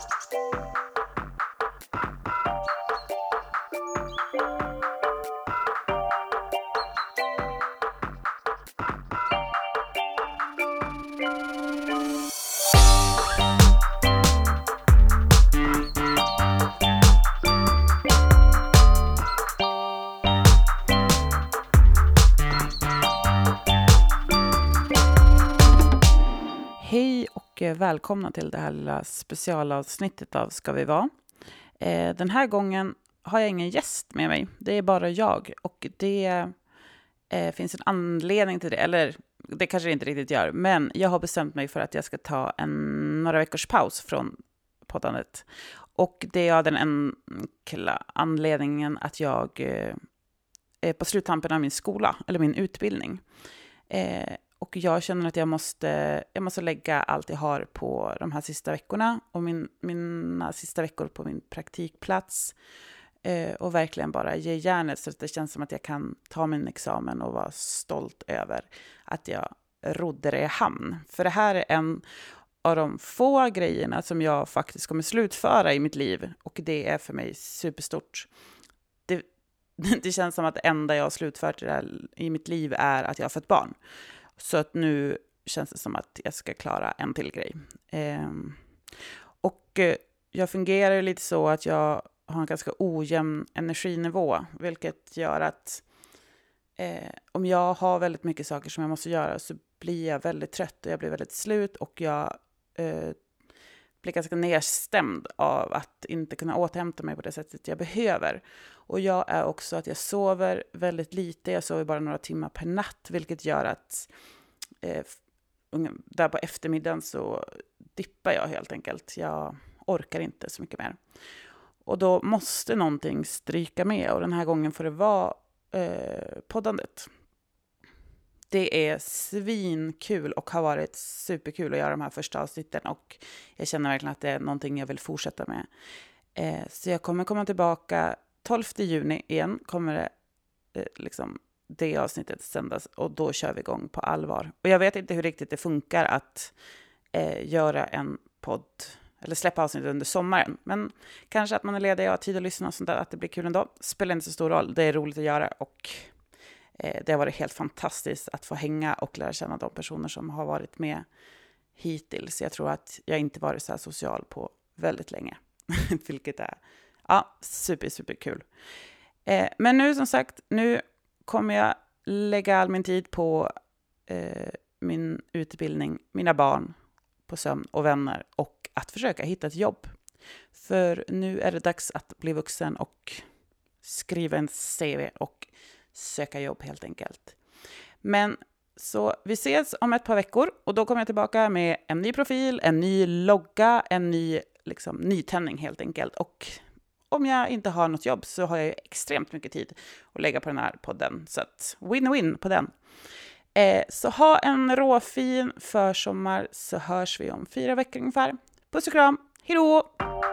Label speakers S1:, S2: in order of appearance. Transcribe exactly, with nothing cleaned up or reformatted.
S1: Hej och välkomna till det här lilla specialavsnittet av Ska vi vara. Eh, den här gången har jag ingen gäst med mig. Det är bara jag. Och det eh, finns en anledning till det. Eller det kanske det inte riktigt gör. Men jag har bestämt mig för att jag ska ta en, några veckors paus från poddandet. Och det är av den enkla anledningen att jag eh, är på sluttampen av min skola. Eller min utbildning. Eh, Och jag känner att jag måste, jag måste lägga allt jag har på de här sista veckorna. Och min, mina sista veckor på min praktikplats. Eh, och verkligen bara ge järnet så att det känns som att jag kan ta min examen och vara stolt över att jag rodde det i hamn. För det här är en av de få grejerna som jag faktiskt kommer slutföra i mitt liv. Och det är för mig superstort. Det, det känns som att det enda jag har slutfört i, det här, i mitt liv är att jag har fått barn. Så att nu känns det som att jag ska klara en till grej. Eh, och eh, jag fungerar ju lite så att jag har en ganska ojämn energinivå. Vilket gör att eh, om jag har väldigt mycket saker som jag måste göra så blir jag väldigt trött och jag blir väldigt slut. Och jag eh, blir ganska nedstämd av att inte kunna återhämta mig på det sättet jag behöver. Och jag är också att jag sover väldigt lite. Jag sover bara några timmar per natt. Vilket gör att eh, där på eftermiddagen så dippar jag helt enkelt. Jag orkar inte så mycket mer. Och då måste någonting stryka med. Och den här gången får det vara eh, poddandet. Det är svinkul och har varit superkul att göra de här första avsnitten. Och jag känner verkligen att det är någonting jag vill fortsätta med. Eh, så jag kommer komma tillbaka tolfte juni igen. Kommer det, eh, liksom, det avsnittet sändas. Och då kör vi igång på allvar. Och jag vet inte hur riktigt det funkar att eh, göra en podd. Eller släppa avsnitt under sommaren. Men kanske att man är ledig och har tid att lyssna och sånt där. Att det blir kul ändå. Spelar inte så stor roll. Det är roligt att göra och... Det har varit helt fantastiskt att få hänga och lära känna de personer som har varit med hittills. Jag tror att jag inte varit så här social på väldigt länge. Vilket är ja, super, super kul. Eh, men nu som sagt, nu kommer jag lägga all min tid på eh, min utbildning, mina barn, på sömn och vänner. Och att försöka hitta ett jobb. För nu är det dags att bli vuxen och skriva en C V och söka jobb helt enkelt. Men så vi ses om ett par veckor och då kommer jag tillbaka med en ny profil, en ny logga, en ny liksom, nytändning helt enkelt. Och om jag inte har något jobb så har jag ju extremt mycket tid att lägga på den här podden. Så att win-win på den. Eh, så ha en råfin försommar så hörs vi om fyra veckor ungefär. Puss och kram, hejdå!